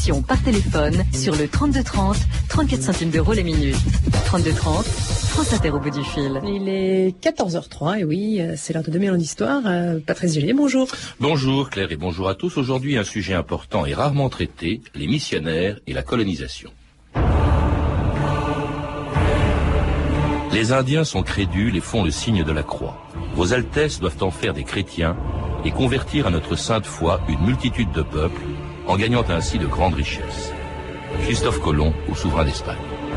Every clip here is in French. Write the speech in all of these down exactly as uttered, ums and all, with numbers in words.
consultation par téléphone sur le trente-deux trente, trente-quatre centimes d'euros la minute. trente-deux trente, France Inter au bout du fil. Il est quatorze heures trois et oui, c'est l'heure de deux mille ans d'histoire. Euh, Patrice Gélier, bonjour. Bonjour Claire et bonjour à tous. Aujourd'hui, un sujet important et rarement traité, les missionnaires et la colonisation. Les Indiens sont crédules et font le signe de la croix. Vos Altesses doivent en faire des chrétiens et convertir à notre sainte foi une multitude de peuples, en gagnant ainsi de grandes richesses. Christophe Colomb au souverain d'Espagne.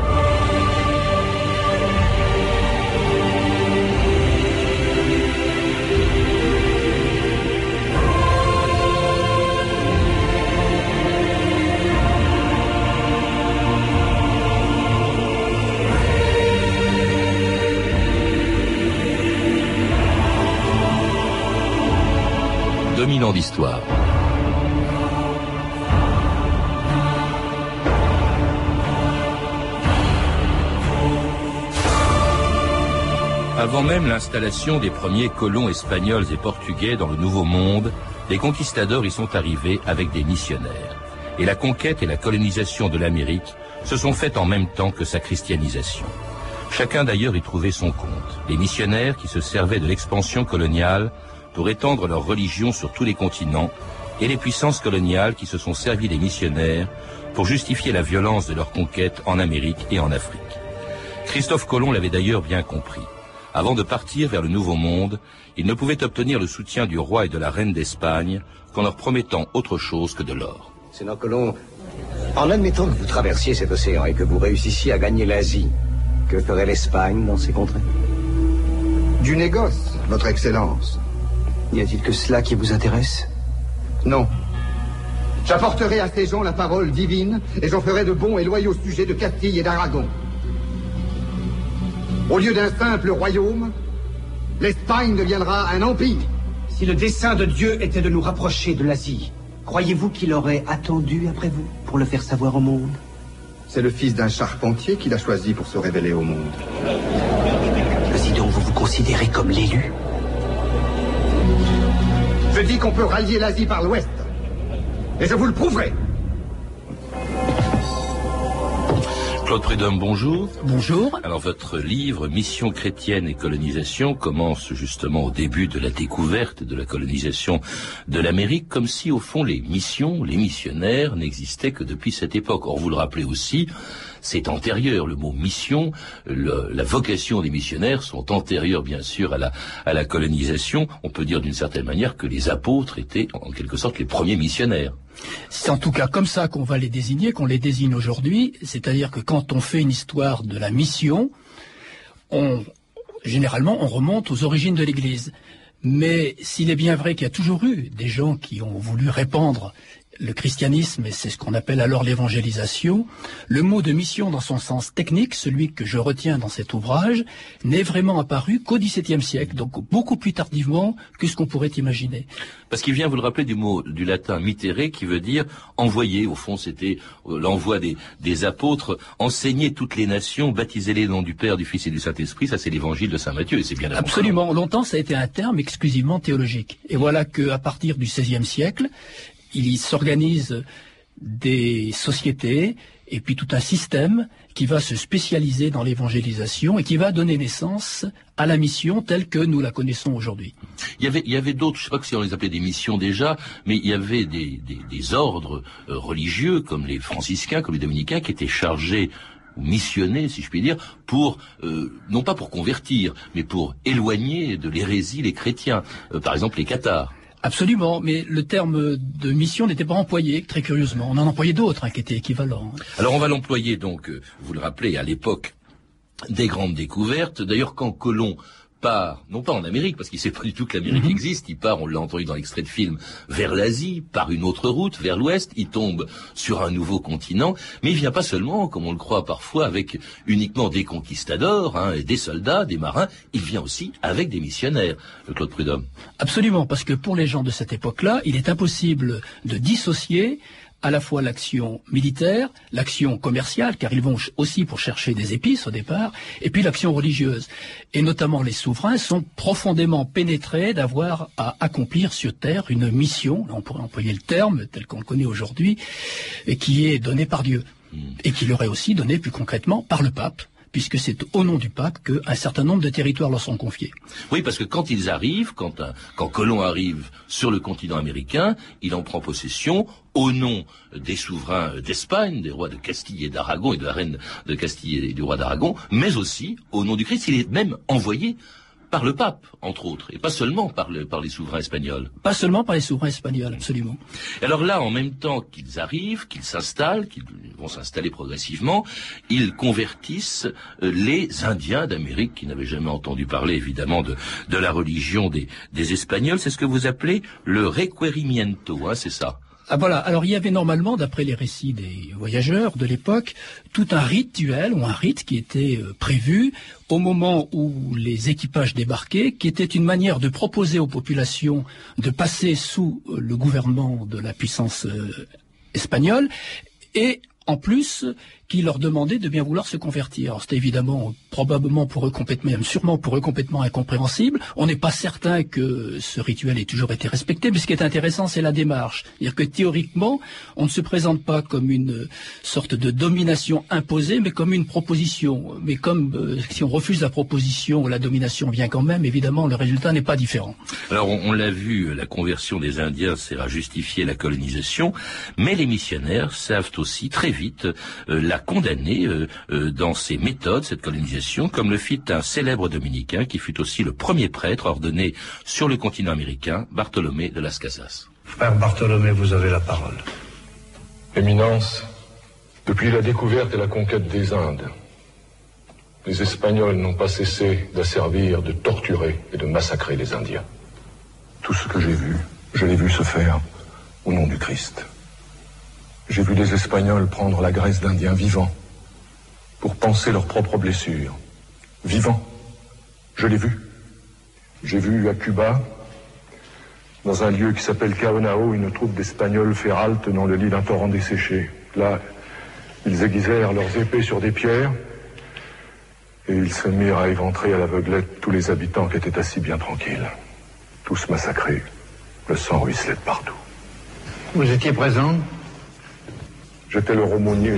deux mille ans d'histoire. Avant même l'installation des premiers colons espagnols et portugais dans le Nouveau Monde, les conquistadors y sont arrivés avec des missionnaires. Et la conquête et la colonisation de l'Amérique se sont faites en même temps que sa christianisation. Chacun d'ailleurs y trouvait son compte. Les missionnaires qui se servaient de l'expansion coloniale pour étendre leur religion sur tous les continents, et les puissances coloniales qui se sont servies des missionnaires pour justifier la violence de leur conquête en Amérique et en Afrique. Christophe Colomb l'avait d'ailleurs bien compris. Avant de partir vers le Nouveau Monde, ils ne pouvaient obtenir le soutien du roi et de la reine d'Espagne qu'en leur promettant autre chose que de l'or. Sénat Colomb, en admettant que vous traversiez cet océan et que vous réussissiez à gagner l'Asie, que ferait l'Espagne dans ces contrées? Du négoce, votre Excellence. N'y a-t-il que cela qui vous intéresse? Non. J'apporterai à ces gens la parole divine et j'en ferai de bons et loyaux sujets de Castille et d'Aragon. Au lieu d'un simple royaume, l'Espagne deviendra un empire. Si le dessein de Dieu était de nous rapprocher de l'Asie, croyez-vous qu'il aurait attendu après vous pour le faire savoir au monde? C'est le fils d'un charpentier qui l'a choisi pour se révéler au monde. Ainsi donc vous vous considérez comme l'élu? Je dis qu'on peut rallier l'Asie par l'ouest. Et je vous le prouverai. Claude Prudhomme, bonjour. Bonjour. Alors votre livre « Mission chrétienne et colonisation » commence justement au début de la découverte de la colonisation de l'Amérique, comme si au fond les missions, les missionnaires n'existaient que depuis cette époque. Or vous le rappelez aussi, c'est antérieur. Le mot mission, le, la vocation des missionnaires sont antérieurs bien sûr à la, à la colonisation. On peut dire d'une certaine manière que les apôtres étaient en quelque sorte les premiers missionnaires. C'est en tout cas comme ça qu'on va les désigner, qu'on les désigne aujourd'hui. C'est-à-dire que quand on fait une histoire de la mission, on, généralement on remonte aux origines de l'Église. Mais s'il est bien vrai qu'il y a toujours eu des gens qui ont voulu répandre le christianisme, et c'est ce qu'on appelle alors l'évangélisation, le mot de mission dans son sens technique, celui que je retiens dans cet ouvrage, n'est vraiment apparu qu'au dix-septième siècle, donc beaucoup plus tardivement que ce qu'on pourrait imaginer. Parce qu'il vient, vous le rappelez, du mot du latin mittere, qui veut dire envoyer. Au fond, c'était euh, l'envoi des, des apôtres, enseigner toutes les nations, baptiser les noms du Père, du Fils et du Saint-Esprit. Ça, c'est l'évangile de Saint Matthieu, et c'est bien absolument. Longtemps, ça a été un terme exclusivement théologique. Et voilà qu'à partir du seizième siècle, il s'organise des sociétés et puis tout un système qui va se spécialiser dans l'évangélisation et qui va donner naissance à la mission telle que nous la connaissons aujourd'hui. Il y avait, il y avait d'autres, je ne sais pas si on les appelait des missions déjà, mais il y avait des, des, des ordres euh, religieux comme les franciscains, comme les dominicains, qui étaient chargés ou missionnés, si je puis dire, pour, euh, non pas pour convertir, mais pour éloigner de l'hérésie les chrétiens, euh, par exemple les cathares. Absolument, mais le terme de mission n'était pas employé, très curieusement. On en employait d'autres hein, qui étaient équivalents. Alors on va l'employer donc, euh, vous le rappelez, à l'époque des grandes découvertes. D'ailleurs, quand Colomb part, non pas en Amérique, parce qu'il ne sait pas du tout que l'Amérique mm-hmm. existe, il part, on l'a entendu dans l'extrait de film, vers l'Asie, par une autre route, vers l'Ouest, il tombe sur un nouveau continent, mais il vient pas seulement, comme on le croit parfois, avec uniquement des conquistadors, hein, et des soldats, des marins, il vient aussi avec des missionnaires, le Claude Prudhomme. Absolument, parce que pour les gens de cette époque-là, il est impossible de dissocier à la fois l'action militaire, l'action commerciale, car ils vont aussi pour chercher des épices au départ, et puis l'action religieuse. Et notamment les souverains sont profondément pénétrés d'avoir à accomplir sur terre une mission, là on pourrait employer le terme tel qu'on le connaît aujourd'hui, et qui est donnée par Dieu, et qui leur est aussi donnée plus concrètement par le pape, puisque c'est au nom du pape qu'un certain nombre de territoires leur sont confiés. Oui, parce que quand ils arrivent, quand, un, quand Colomb arrive sur le continent américain, il en prend possession au nom des souverains d'Espagne, des rois de Castille et d'Aragon, et de la reine de Castille et du roi d'Aragon, mais aussi au nom du Christ. Il est même envoyé par le pape, entre autres, et pas seulement par, le, par les souverains espagnols. Pas seulement par les souverains espagnols, absolument. Et alors là, en même temps qu'ils arrivent, qu'ils s'installent, qu'ils vont s'installer progressivement, ils convertissent les Indiens d'Amérique qui n'avaient jamais entendu parler, évidemment, de, de la religion des, des Espagnols. C'est ce que vous appelez le requerimiento, hein, c'est ça? Ah voilà, alors il y avait normalement, d'après les récits des voyageurs de l'époque, tout un rituel ou un rite qui était euh, prévu au moment où les équipages débarquaient, qui était une manière de proposer aux populations de passer sous euh, le gouvernement de la puissance euh, espagnole, et en plus qui leur demandait de bien vouloir se convertir. Alors c'était évidemment, probablement pour eux complètement, même sûrement pour eux complètement incompréhensible. On n'est pas certain que ce rituel ait toujours été respecté, mais ce qui est intéressant, c'est la démarche. C'est-à-dire que théoriquement, on ne se présente pas comme une sorte de domination imposée, mais comme une proposition. Mais comme euh, si on refuse la proposition, la domination vient quand même, évidemment, le résultat n'est pas différent. Alors on, on l'a vu, la conversion des Indiens sert à justifier la colonisation, mais les missionnaires savent aussi très vite euh, la condamner euh, euh, dans ses méthodes, cette colonisation, comme le fit un célèbre dominicain qui fut aussi le premier prêtre ordonné sur le continent américain, Bartolomé de Las Casas. Frère Bartholomé, vous avez la parole. Éminence, depuis la découverte et la conquête des Indes, les Espagnols n'ont pas cessé d'asservir, de torturer et de massacrer les Indiens. Tout ce que j'ai vu, je l'ai vu se faire au nom du Christ. J'ai vu les Espagnols prendre la graisse d'Indiens vivants pour panser leurs propres blessures. Vivants. Je l'ai vu. J'ai vu à Cuba, dans un lieu qui s'appelle Caonao, une troupe d'Espagnols faire halte dans le lit d'un torrent desséché. Là, ils aiguisèrent leurs épées sur des pierres et ils se mirent à éventrer à l'aveuglette tous les habitants qui étaient assis bien tranquilles. Tous massacrés. Le sang ruisselait de partout. Vous étiez présent ? J'étais le aumônier.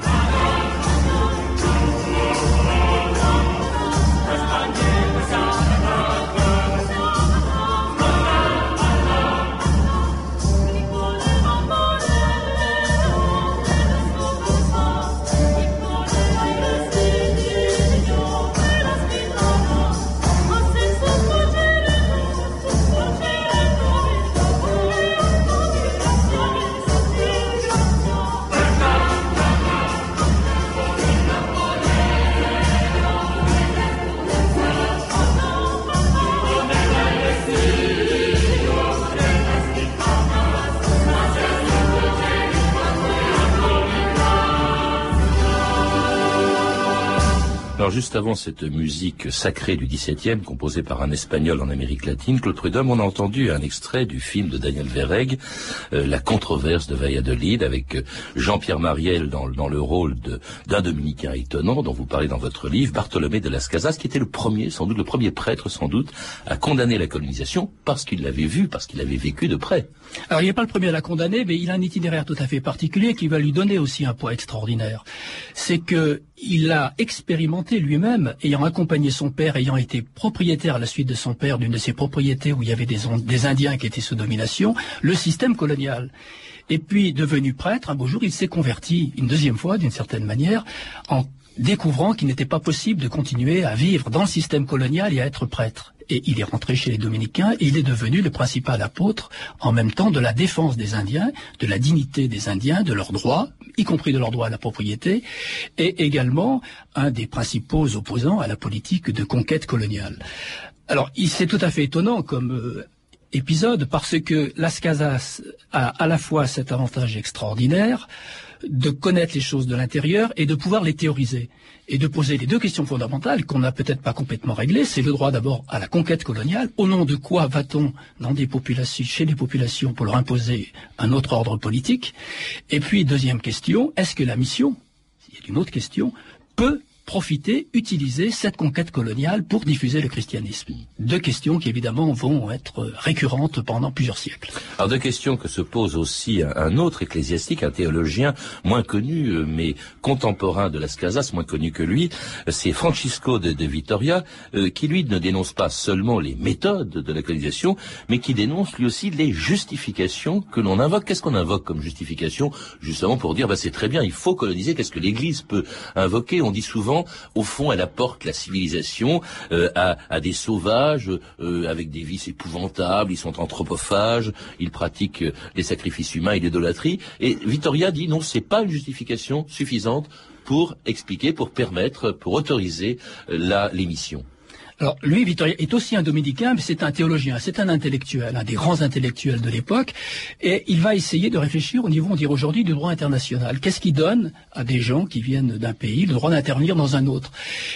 Alors juste avant cette musique sacrée du dix-septième, composée par un Espagnol en Amérique latine, Claude Prudhomme, on a entendu un extrait du film de Daniel Verreg, euh, La controverse de Valladolid, avec Jean-Pierre Mariel dans, dans le rôle de, d'un dominicain étonnant, dont vous parlez dans votre livre, Bartolomé de Las Casas, qui était le premier, sans doute le premier prêtre, sans doute, à condamner la colonisation parce qu'il l'avait vu, parce qu'il l'avait vécu de près. Alors il n'est pas le premier à la condamner, mais il a un itinéraire tout à fait particulier qui va lui donner aussi un poids extraordinaire. C'est que il a expérimenté lui-même, ayant accompagné son père, ayant été propriétaire à la suite de son père d'une de ses propriétés où il y avait des, des Indiens qui étaient sous domination, le système colonial. Et puis, devenu prêtre, un beau jour, il s'est converti une deuxième fois, d'une certaine manière, en découvrant qu'il n'était pas possible de continuer à vivre dans le système colonial et à être prêtre. Et il est rentré chez les Dominicains et il est devenu le principal apôtre en même temps de la défense des Indiens, de la dignité des Indiens, de leurs droits, y compris de leur droit à la propriété, et également un des principaux opposants à la politique de conquête coloniale. Alors, c'est tout à fait étonnant comme... Euh, épisode parce que Las Casas a à la fois cet avantage extraordinaire de connaître les choses de l'intérieur et de pouvoir les théoriser et de poser les deux questions fondamentales qu'on n'a peut-être pas complètement réglées. C'est le droit d'abord à la conquête coloniale. Au nom de quoi va-t-on dans des populations, chez les populations pour leur imposer un autre ordre politique? Et puis, deuxième question, est-ce que la mission, il y a une autre question, peut profiter, utiliser cette conquête coloniale pour diffuser le christianisme? Deux questions qui évidemment vont être récurrentes pendant plusieurs siècles. Alors deux questions que se pose aussi un autre ecclésiastique, un théologien moins connu mais contemporain de Las Casas, moins connu que lui, c'est Francisco de, de Vitoria, euh, qui lui ne dénonce pas seulement les méthodes de la colonisation, mais qui dénonce lui aussi les justifications que l'on invoque. Qu'est-ce qu'on invoque comme justification? Justement pour dire, bah, c'est très bien, il faut coloniser. Qu'est-ce que l'Église peut invoquer? On dit souvent, au fond, elle apporte la civilisation euh, à, à des sauvages euh, avec des vices épouvantables, ils sont anthropophages, ils pratiquent euh, les sacrifices humains et l'idolâtrie. Et Vitoria dit non, c'est pas une justification suffisante pour expliquer, pour permettre, pour autoriser euh, la l'émission. Alors, lui, Vitoria, est aussi un dominicain, mais c'est un théologien, c'est un intellectuel, un des grands intellectuels de l'époque, et il va essayer de réfléchir au niveau, on dirait aujourd'hui, du droit international. Qu'est-ce qui donne à des gens qui viennent d'un pays le droit d'intervenir dans un autre?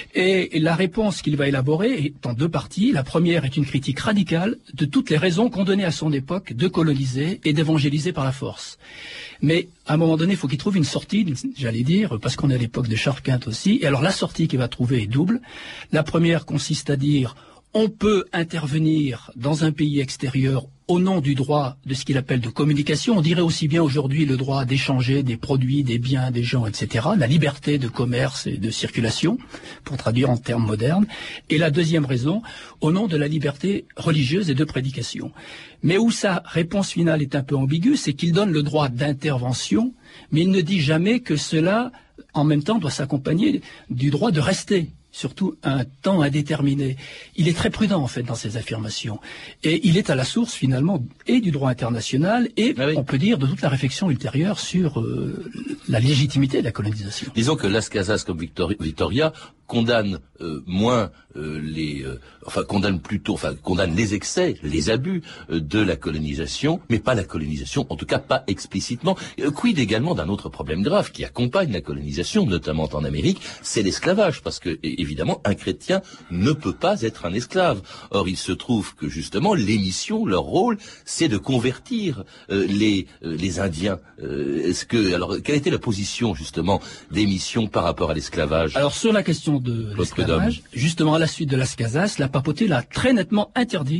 Et la réponse qu'il va élaborer est en deux parties. La première est une critique radicale de toutes les raisons qu'on donnait à son époque de coloniser et d'évangéliser par la force. Mais à un moment donné, il faut qu'il trouve une sortie, j'allais dire, parce qu'on est à l'époque de Charles-Quint aussi. Et alors la sortie qu'il va trouver est double. La première consiste à dire on peut intervenir dans un pays extérieur au nom du droit de ce qu'il appelle de communication. On dirait aussi bien aujourd'hui le droit d'échanger des produits, des biens, des gens, et cetera. La liberté de commerce et de circulation, pour traduire en termes modernes. Et la deuxième raison, au nom de la liberté religieuse et de prédication. Mais où sa réponse finale est un peu ambiguë, c'est qu'il donne le droit d'intervention, mais il ne dit jamais que cela, en même temps, doit s'accompagner du droit de rester. Surtout un temps indéterminé. Il est très prudent, en fait, dans ses affirmations. Et il est à la source, finalement, et du droit international, et, ah oui, on peut dire, de toute la réflexion ultérieure sur euh, la légitimité de la colonisation. Disons que Las Casas, comme Vitoria, condamne euh, moins euh, les, euh, enfin condamne plutôt, enfin condamne les excès, les abus euh, de la colonisation, mais pas la colonisation, en tout cas pas explicitement. Euh, quid également d'un autre problème grave qui accompagne la colonisation, notamment en Amérique, c'est l'esclavage, parce que évidemment un chrétien ne peut pas être un esclave. Or il se trouve que justement les missions, leur rôle, c'est de convertir euh, les euh, les Indiens. Euh, est-ce que alors quelle était la position justement des missions par rapport à l'esclavage? Alors sur la question de l'esclavage, justement à la suite de Las Casas, la papauté l'a très nettement interdit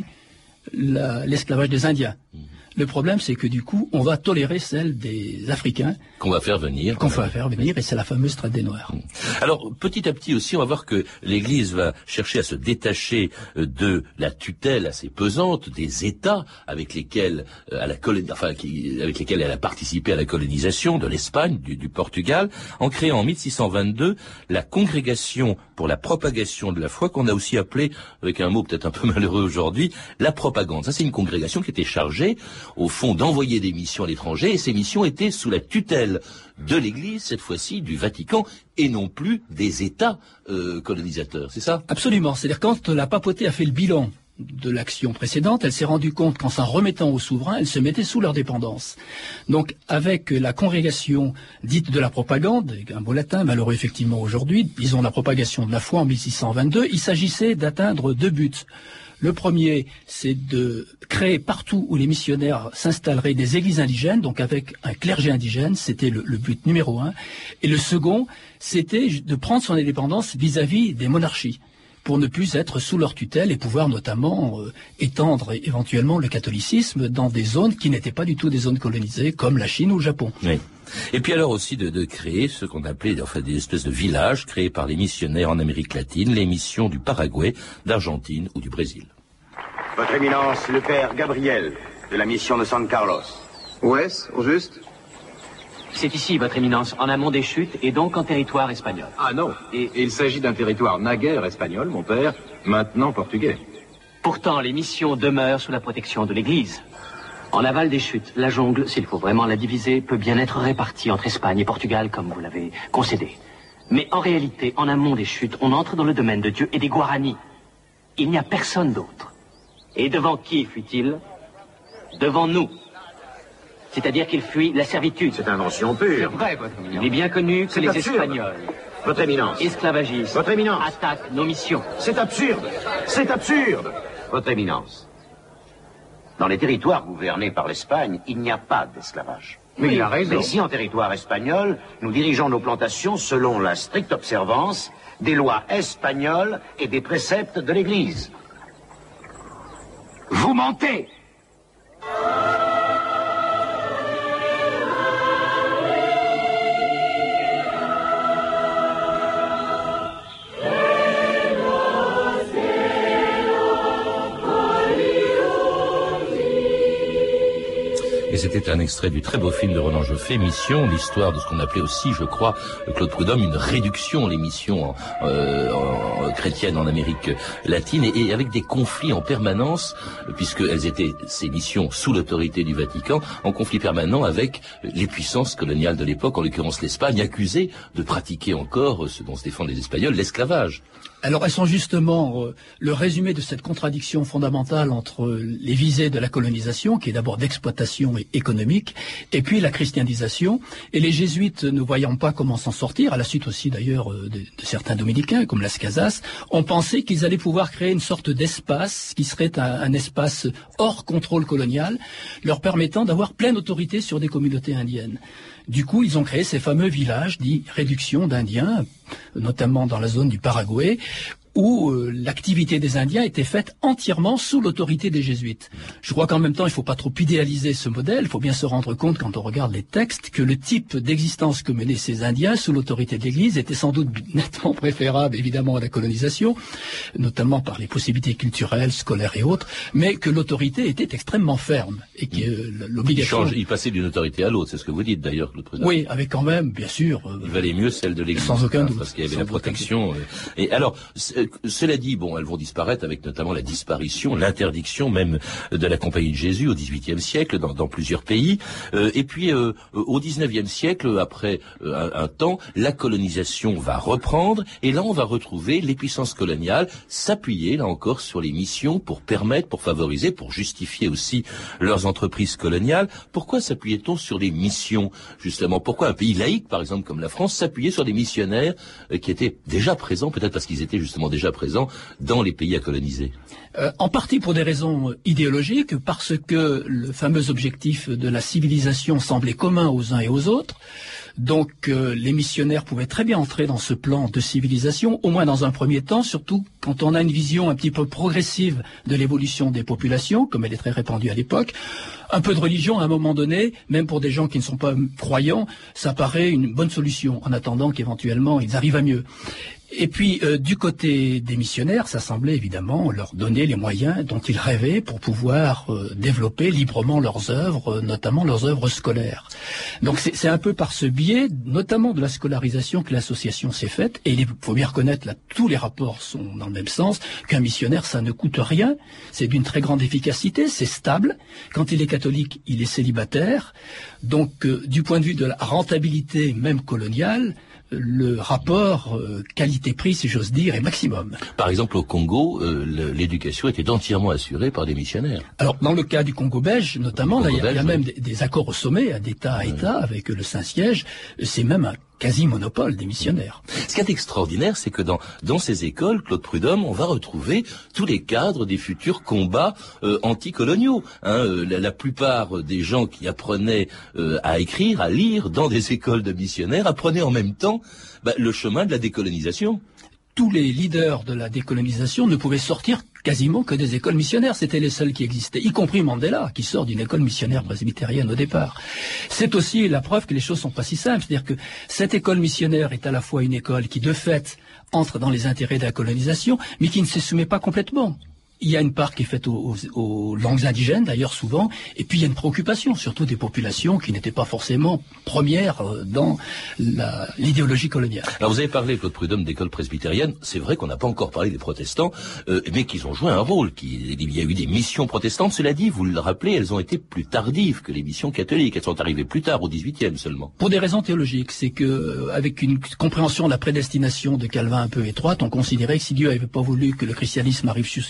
la, l'esclavage des Indiens. Mmh. Le problème, c'est que du coup, on va tolérer celle des Africains. Qu'on va faire venir. Qu'on va faire venir, et c'est la fameuse traite des Noirs. Alors, petit à petit aussi, on va voir que l'Église va chercher à se détacher de la tutelle assez pesante des États avec lesquels, à la colon... enfin, qui... avec lesquels elle a participé à la colonisation de l'Espagne, du, du Portugal, en créant en mille six cent vingt-deux la Congrégation pour la propagation de la foi, qu'on a aussi appelée, avec un mot peut-être un peu malheureux aujourd'hui, la propagande. Ça, c'est une congrégation qui était chargée au fond d'envoyer des missions à l'étranger, et ces missions étaient sous la tutelle de l'Église, cette fois-ci du Vatican, et non plus des États euh, colonisateurs, c'est ça? Absolument, c'est-à-dire quand la papauté a fait le bilan de l'action précédente, elle s'est rendue compte qu'en s'en remettant aux souverains, elle se mettait sous leur dépendance. Donc avec la congrégation dite de la propagande, un mot latin malheureux effectivement aujourd'hui, disons la propagation de la foi en mille six cent vingt-deux, il s'agissait d'atteindre deux buts. Le premier, c'est de créer partout où les missionnaires s'installeraient des églises indigènes, donc avec un clergé indigène, c'était le, le but numéro un. Et le second, c'était de prendre son indépendance vis-à-vis des monarchies, pour ne plus être sous leur tutelle et pouvoir notamment euh, étendre éventuellement le catholicisme dans des zones qui n'étaient pas du tout des zones colonisées, comme la Chine ou le Japon. Oui. Et puis alors aussi de, de créer ce qu'on appelait enfin des espèces de villages créés par les missionnaires en Amérique latine, les missions du Paraguay, d'Argentine ou du Brésil. Votre Éminence, le père Gabriel, de la mission de San Carlos. Où est-ce, au juste? C'est ici, Votre Éminence, en amont des chutes et donc en territoire espagnol. Ah non, et, et il s'agit d'un territoire naguère espagnol, mon père, maintenant portugais. Pourtant, les missions demeurent sous la protection de l'Église. En aval des chutes, la jungle, s'il faut vraiment la diviser, peut bien être répartie entre Espagne et Portugal, comme vous l'avez concédé. Mais en réalité, en amont des chutes, on entre dans le domaine de Dieu et des Guaranis. Il n'y a personne d'autre. Et devant qui fuit-il? devant nous. C'est-à-dire qu'il fuit la servitude. C'est invention pure. C'est vrai, votre éminence. Il est bien connu que les absurde. Espagnols, Votre éminence. esclavagistes, Votre éminence. attaquent nos missions. C'est absurde. C'est absurde. Votre éminence. Dans les territoires gouvernés par l'Espagne, il n'y a pas d'esclavage. Mais il a raison. Mais ici, en territoire espagnol, nous dirigeons nos plantations selon la stricte observance des lois espagnoles et des préceptes de l'Église. Vous mentez! Et c'était un extrait du très beau film de Roland Joffé, Mission, l'histoire de ce qu'on appelait aussi, je crois, Claude Prudhomme, une réduction, les missions en, euh, en, chrétiennes en Amérique latine, et, et avec des conflits en permanence, puisqu'elles étaient, ces missions, sous l'autorité du Vatican, en conflit permanent avec les puissances coloniales de l'époque, en l'occurrence l'Espagne, accusée de pratiquer encore, ce dont se défendent les Espagnols, l'esclavage. Alors elles sont justement euh, le résumé de cette contradiction fondamentale entre euh, les visées de la colonisation, qui est d'abord d'exploitation et économique, et puis la christianisation. Et les jésuites, ne voyant pas comment s'en sortir, à la suite aussi d'ailleurs euh, de, de certains dominicains comme Las Casas, ont pensé qu'ils allaient pouvoir créer une sorte d'espace qui serait un, un espace hors contrôle colonial, leur permettant d'avoir pleine autorité sur des communautés indiennes. Du coup, ils ont créé ces fameux villages dits réduction d'Indiens, notamment dans la zone du Paraguay, où euh, l'activité des Indiens était faite entièrement sous l'autorité des jésuites. Je crois qu'en même temps, il ne faut pas trop idéaliser ce modèle. Il faut bien se rendre compte, quand on regarde les textes, que le type d'existence que menaient ces Indiens sous l'autorité de l'Église était sans doute nettement préférable, évidemment, à la colonisation, notamment par les possibilités culturelles, scolaires et autres, mais que l'autorité était extrêmement ferme et que euh, l'obligation... Il, change, il passait d'une autorité à l'autre, c'est ce que vous dites d'ailleurs, Claude Prudhomme. Oui, avec quand même, bien sûr... Euh, il valait mieux celle de l'Église. Sans aucun doute. Parce qu'il y avait la protection. Euh, et alors... Cela dit, bon, elles vont disparaître avec notamment la disparition, l'interdiction même de la Compagnie de Jésus au dix-huitième siècle dans, dans plusieurs pays. Euh, et puis euh, au dix-neuvième siècle, après euh, un, un temps, la colonisation va reprendre et là on va retrouver les puissances coloniales s'appuyer là encore sur les missions pour permettre, pour favoriser, pour justifier aussi leurs entreprises coloniales. Pourquoi s'appuyait-on sur les missions justement? Pourquoi un pays laïque, par exemple comme la France, s'appuyait sur des missionnaires euh, qui étaient déjà présents, peut-être parce qu'ils étaient justement déjà présents dans les pays à coloniser? Euh, en partie pour des raisons idéologiques, parce que le fameux objectif de la civilisation semblait commun aux uns et aux autres. Donc euh, les missionnaires pouvaient très bien entrer dans ce plan de civilisation, au moins dans un premier temps, surtout quand on a une vision un petit peu progressive de l'évolution des populations, comme elle est très répandue à l'époque. Un peu de religion, à un moment donné, même pour des gens qui ne sont pas croyants, ça paraît une bonne solution, en attendant qu'éventuellement ils arrivent à mieux. Et puis, euh, du côté des missionnaires, ça semblait évidemment leur donner les moyens dont ils rêvaient pour pouvoir euh, développer librement leurs œuvres, euh, notamment leurs œuvres scolaires. Donc c'est un peu par ce biais, notamment de la scolarisation, que l'association s'est faite. Et il faut bien reconnaître, là, tous les rapports sont dans le même sens, qu'un missionnaire, ça ne coûte rien, c'est d'une très grande efficacité, c'est stable. Quand il est catholique, il est célibataire. Donc, euh, du point de vue de la rentabilité même coloniale, le rapport euh, qualité-prix, si j'ose dire, est maximum. Par exemple, au Congo, euh, l'éducation était entièrement assurée par des missionnaires. Alors, dans le cas du Congo belge, notamment, Congo là, il y a, belge, y a oui. même des, des accords au sommet, d'État à État, ouais. avec le Saint-Siège. C'est même un quasi-monopole des missionnaires. Ce qui est extraordinaire, c'est que dans, dans ces écoles, Claude Prudhomme, on va retrouver tous les cadres des futurs combats euh, anticoloniaux. Hein, euh, la, la plupart des gens qui apprenaient euh, à écrire, à lire dans des écoles de missionnaires, apprenaient en même temps bah, le chemin de la décolonisation. Tous les leaders de la décolonisation ne pouvaient sortir quasiment que des écoles missionnaires. C'était les seuls qui existaient, y compris Mandela, qui sort d'une école missionnaire presbytérienne au départ. C'est aussi la preuve que les choses sont pas si simples. C'est-à-dire que cette école missionnaire est à la fois une école qui, de fait, entre dans les intérêts de la colonisation, mais qui ne se soumet pas complètement. Il y a une part qui est faite aux, aux, aux langues indigènes, d'ailleurs souvent, et puis il y a une préoccupation, surtout des populations qui n'étaient pas forcément premières dans l'idéologie coloniale. Alors vous avez parlé, Claude Prudhomme, d'école presbytérienne. C'est vrai qu'on n'a pas encore parlé des protestants, euh, mais qu'ils ont joué un rôle. Qu'il, il y a eu des missions protestantes. Cela dit, vous le rappelez, elles ont été plus tardives que les missions catholiques. Elles sont arrivées plus tard, au dix-huitième seulement. Pour des raisons théologiques, c'est que avec une compréhension de la prédestination de Calvin un peu étroite, on considérait que si Dieu n'avait pas voulu que le christianisme arrive jusqu'à eux,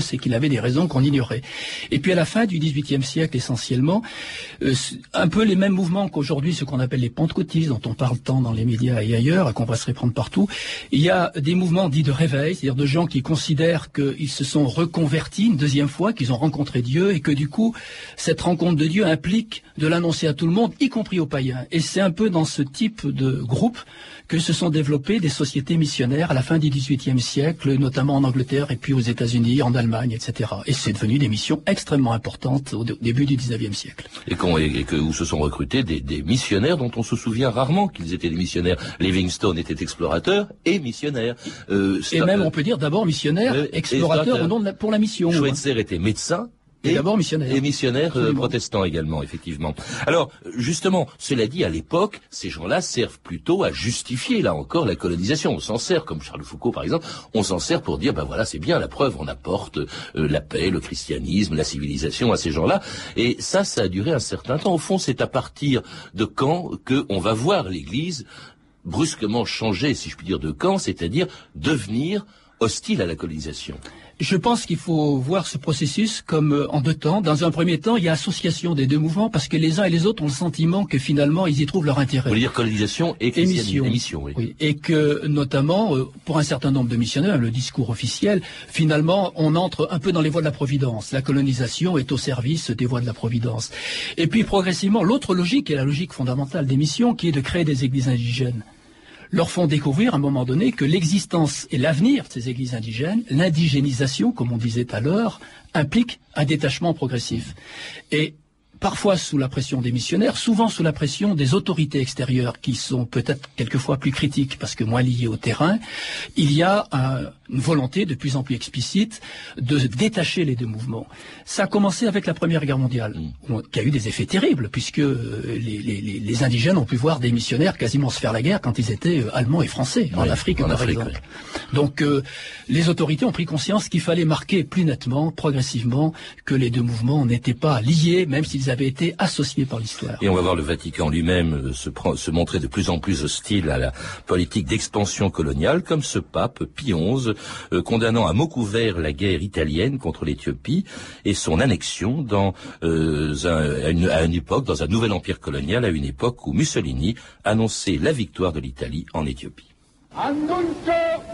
c'est qu'il avait des raisons qu'on ignorait. Et puis à la fin du dix-huitième siècle, essentiellement, euh, un peu les mêmes mouvements qu'aujourd'hui, ce qu'on appelle les pentecôtistes, dont on parle tant dans les médias et ailleurs, et qu'on va se répandre partout. Il y a des mouvements dits de réveil, c'est-à-dire de gens qui considèrent qu'ils se sont reconvertis une deuxième fois, qu'ils ont rencontré Dieu, et que du coup, cette rencontre de Dieu implique de l'annoncer à tout le monde, y compris aux païens. Et c'est un peu dans ce type de groupe que se sont développées des sociétés missionnaires à la fin du dix-huitième siècle, notamment en Angleterre et puis aux États-Unis, en Allemagne, et cetera. Et c'est devenu des missions extrêmement importantes au début du dix-neuvième siècle. Et, qu'on, et que, où se sont recrutés des, des missionnaires dont on se souvient rarement qu'ils étaient des missionnaires. Livingstone était explorateur et missionnaire. Euh, et même, on peut dire, d'abord missionnaire, euh, explorateur au nom de la, pour la mission. Schweitzer était médecin. Et, et d'abord missionnaire. Et missionnaire euh, protestant également, effectivement. Alors, justement, cela dit, à l'époque, ces gens-là servent plutôt à justifier, là encore, la colonisation. On s'en sert, comme Charles Foucault, par exemple, on s'en sert pour dire, ben voilà, c'est bien, la preuve, on apporte euh, la paix, le christianisme, la civilisation à ces gens-là. Et ça, ça a duré un certain temps. Au fond, c'est à partir de quand qu'on va voir l'Église brusquement changer, si je puis dire, de camp, c'est-à-dire devenir hostile à la colonisation. Je pense qu'il faut voir ce processus comme euh, en deux temps. Dans un premier temps, il y a association des deux mouvements parce que les uns et les autres ont le sentiment que finalement ils y trouvent leur intérêt. Vous voulez dire colonisation et christianisme, émission, oui. oui. Et que notamment, euh, pour un certain nombre de missionnaires, le discours officiel, finalement, on entre un peu dans les voies de la providence. La colonisation est au service des voies de la providence. Et puis progressivement, l'autre logique est la logique fondamentale des missions, qui est de créer des églises indigènes, leur font découvrir à un moment donné que l'existence et l'avenir de ces églises indigènes, l'indigénisation, comme on disait à l'heure, implique un détachement progressif. Et parfois sous la pression des missionnaires, souvent sous la pression des autorités extérieures qui sont peut-être quelquefois plus critiques parce que moins liées au terrain, il y a un, une volonté de plus en plus explicite de détacher les deux mouvements. Ça a commencé avec la Première Guerre mondiale, mmh. qui a eu des effets terribles puisque les, les, les indigènes ont pu voir des missionnaires quasiment se faire la guerre quand ils étaient allemands et français, en oui, Afrique en par Afrique, exemple. Oui. Donc euh, les autorités ont pris conscience qu'il fallait marquer plus nettement, progressivement, que les deux mouvements n'étaient pas liés, même s'ils avaient été associés par l'histoire. Et on va voir le Vatican lui-même se, se montrer de plus en plus hostile à la politique d'expansion coloniale, comme ce pape Pie onze, euh, condamnant à mots couverts la guerre italienne contre l'Éthiopie et son annexion dans, euh, un, à, une, à une époque, dans un nouvel empire colonial, à une époque où Mussolini annonçait la victoire de l'Italie en Éthiopie. Annuncio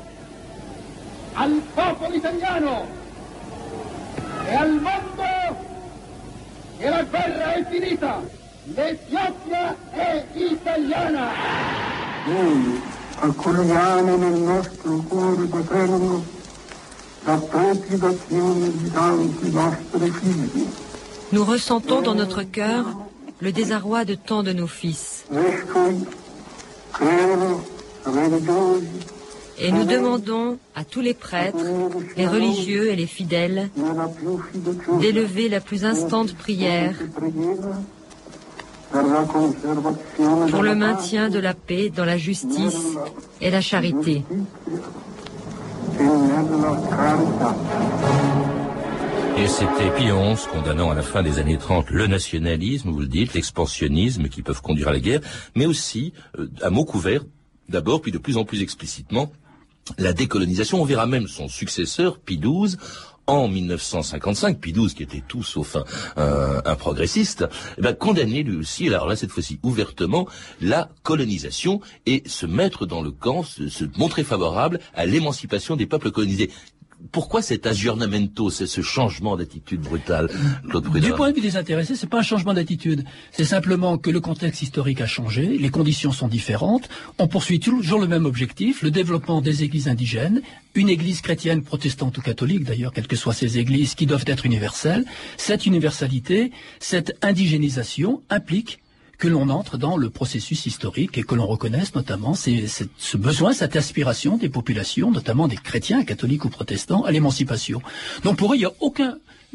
al popolo italiano e al mondo che la guerra è finita, l'Etiopia è italiana. Noi accogliamo nel nostro cuore paterno la trepidazione di tanti nostri figli. Nous ressentons dans notre cœur le désarroi de tant de nos fils. Et nous demandons à tous les prêtres, les religieux et les fidèles d'élever la plus instante prière pour le maintien de la paix dans la justice et la charité. Et c'était Pie onze, condamnant à la fin des années trente le nationalisme, vous le dites, l'expansionnisme qui peuvent conduire à la guerre, mais aussi, euh, à mots couverts, d'abord, puis de plus en plus explicitement, la décolonisation. On verra même son successeur, Pie douze, en mille neuf cent cinquante-cinq, Pie douze, qui était tout sauf un, un, un progressiste, eh ben, condamner lui aussi, alors là, cette fois-ci, ouvertement, la colonisation et se mettre dans le camp, se, se montrer favorable à l'émancipation des peuples colonisés. Pourquoi cet aggiornamento, c'est ce changement d'attitude brutale, Claude Prudhomme? Du point de vue des intéressés, c'est pas un changement d'attitude. C'est simplement que le contexte historique a changé, les conditions sont différentes. On poursuit toujours le même objectif, le développement des églises indigènes, une église chrétienne, protestante ou catholique d'ailleurs, quelles que soient ces églises, qui doivent être universelles. Cette universalité, cette indigénisation implique que l'on entre dans le processus historique et que l'on reconnaisse notamment ces, ces, ce besoin, cette aspiration des populations, notamment des chrétiens, catholiques ou protestants, à l'émancipation. Donc pour eux, il n'y a aucun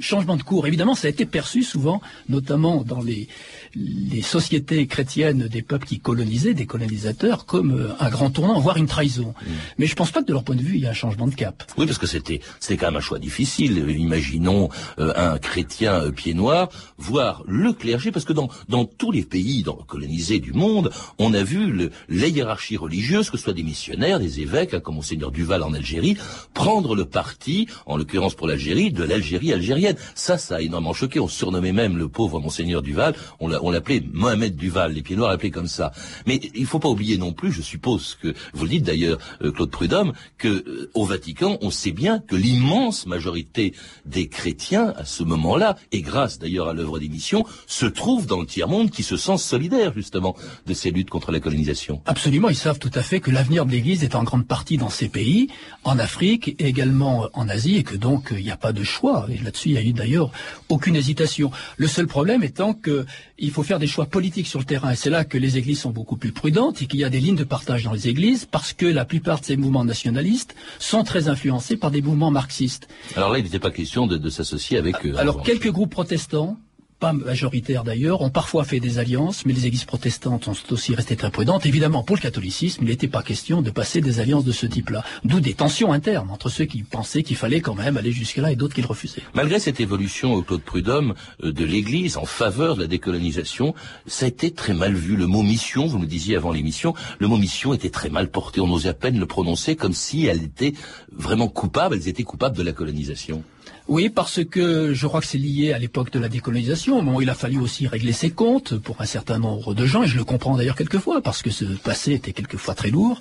changement de cours. Évidemment, ça a été perçu souvent, notamment dans les, les sociétés chrétiennes des peuples qui colonisaient, des colonisateurs, comme un grand tournant, voire une trahison. Mmh. Mais je pense pas que de leur point de vue, il y a un changement de cap. Oui, parce que c'était, c'était quand même un choix difficile. Imaginons euh, un chrétien euh, pied noir, voir le clergé, parce que dans, dans tous les pays dans, colonisés du monde, on a vu le, les hiérarchies religieuses, que ce soit des missionnaires, des évêques, hein, comme Monseigneur Duval en Algérie, prendre le parti, en l'occurrence pour l'Algérie, de l'Algérie algérienne. Ça, ça a énormément choqué. On surnommait même le pauvre Monseigneur Duval, on, l'a, on l'appelait Mohamed Duval, les pieds noirs l'appelaient comme ça. Mais il faut pas oublier non plus, je suppose que, vous le dites d'ailleurs, euh, Claude Prudhomme, que euh, au Vatican, on sait bien que l'immense majorité des chrétiens, à ce moment-là, et grâce d'ailleurs à l'œuvre des missions, se trouvent dans le tiers-monde qui se sent solidaire, justement, de ces luttes contre la colonisation. Absolument, ils savent tout à fait que l'avenir de l'Église est en grande partie dans ces pays, en Afrique et également en Asie, et que donc il n'y a pas de choix. Et là-dessus, il n'y a eu d'ailleurs aucune hésitation. Le seul problème étant qu'il faut faire des choix politiques sur le terrain, et c'est là que les églises sont beaucoup plus prudentes, et qu'il y a des lignes de partage dans les églises, parce que la plupart de ces mouvements nationalistes sont très influencés par des mouvements marxistes. Alors là, il n'était pas question de, de s'associer avec eux. Alors, quelques groupes protestants, pas majoritaires d'ailleurs, ont parfois fait des alliances, mais les églises protestantes sont aussi restées très prudentes. Évidemment, pour le catholicisme, il n'était pas question de passer des alliances de ce type-là. D'où des tensions internes entre ceux qui pensaient qu'il fallait quand même aller jusque-là et d'autres qui le refusaient. Malgré cette évolution, Claude Prudhomme, de l'Église en faveur de la décolonisation, ça a été très mal vu. Le mot mission, vous nous disiez avant l'émission, le mot mission était très mal porté. On osait à peine le prononcer comme si elles étaient vraiment coupables, elles étaient coupables de la colonisation. Oui, parce que je crois que c'est lié à l'époque de la décolonisation. Bon, il a fallu aussi régler ses comptes pour un certain nombre de gens, et je le comprends d'ailleurs quelquefois, parce que ce passé était quelquefois très lourd.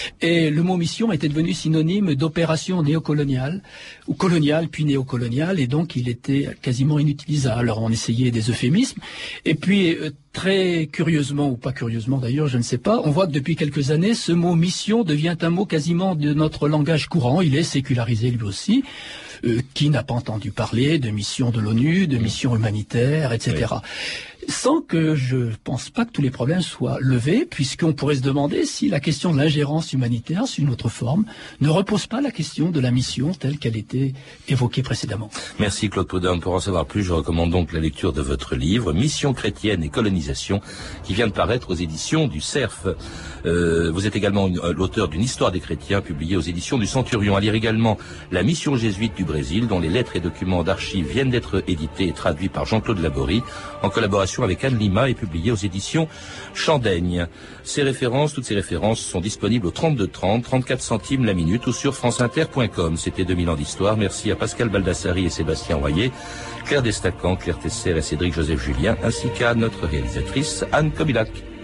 Et le mot mission était devenu synonyme d'opération néocoloniale, ou coloniale, puis néocoloniale, et donc il était quasiment inutilisable. Alors on essayait des euphémismes, et puis très curieusement, ou pas curieusement d'ailleurs, je ne sais pas, on voit que depuis quelques années, ce mot mission devient un mot quasiment de notre langage courant. Il est sécularisé lui aussi. Euh, qui n'a pas entendu parler de mission de l'ONU, de mission humanitaire, et cetera. Oui. Sans que je pense pas que tous les problèmes soient levés, puisqu'on pourrait se demander si la question de l'ingérence humanitaire, sous une autre forme, ne repose pas la question de la mission telle qu'elle était évoquée précédemment. Merci Claude Prudhomme. Pour en savoir plus, je recommande donc la lecture de votre livre, Mission chrétienne et colonisation, qui vient de paraître aux éditions du Cerf. Euh, vous êtes également une, euh, l'auteur d'une histoire des chrétiens publiée aux éditions du Centurion. À lire également La mission jésuite du Brésil, dont les lettres et documents d'archives viennent d'être édités et traduits par Jean-Claude Laborie, en collaboration avec Anne Lima, et publié aux éditions Chandaigne. Ces références, toutes ces références sont disponibles au trente-deux trente, trente-quatre centimes la minute ou sur franceinter point com. C'était deux mille ans d'histoire. Merci à Pascal Baldassari et Sébastien Royer, Claire Destacan, Claire Tesser et Cédric Joseph Julien, ainsi qu'à notre réalisatrice Anne Kobilac.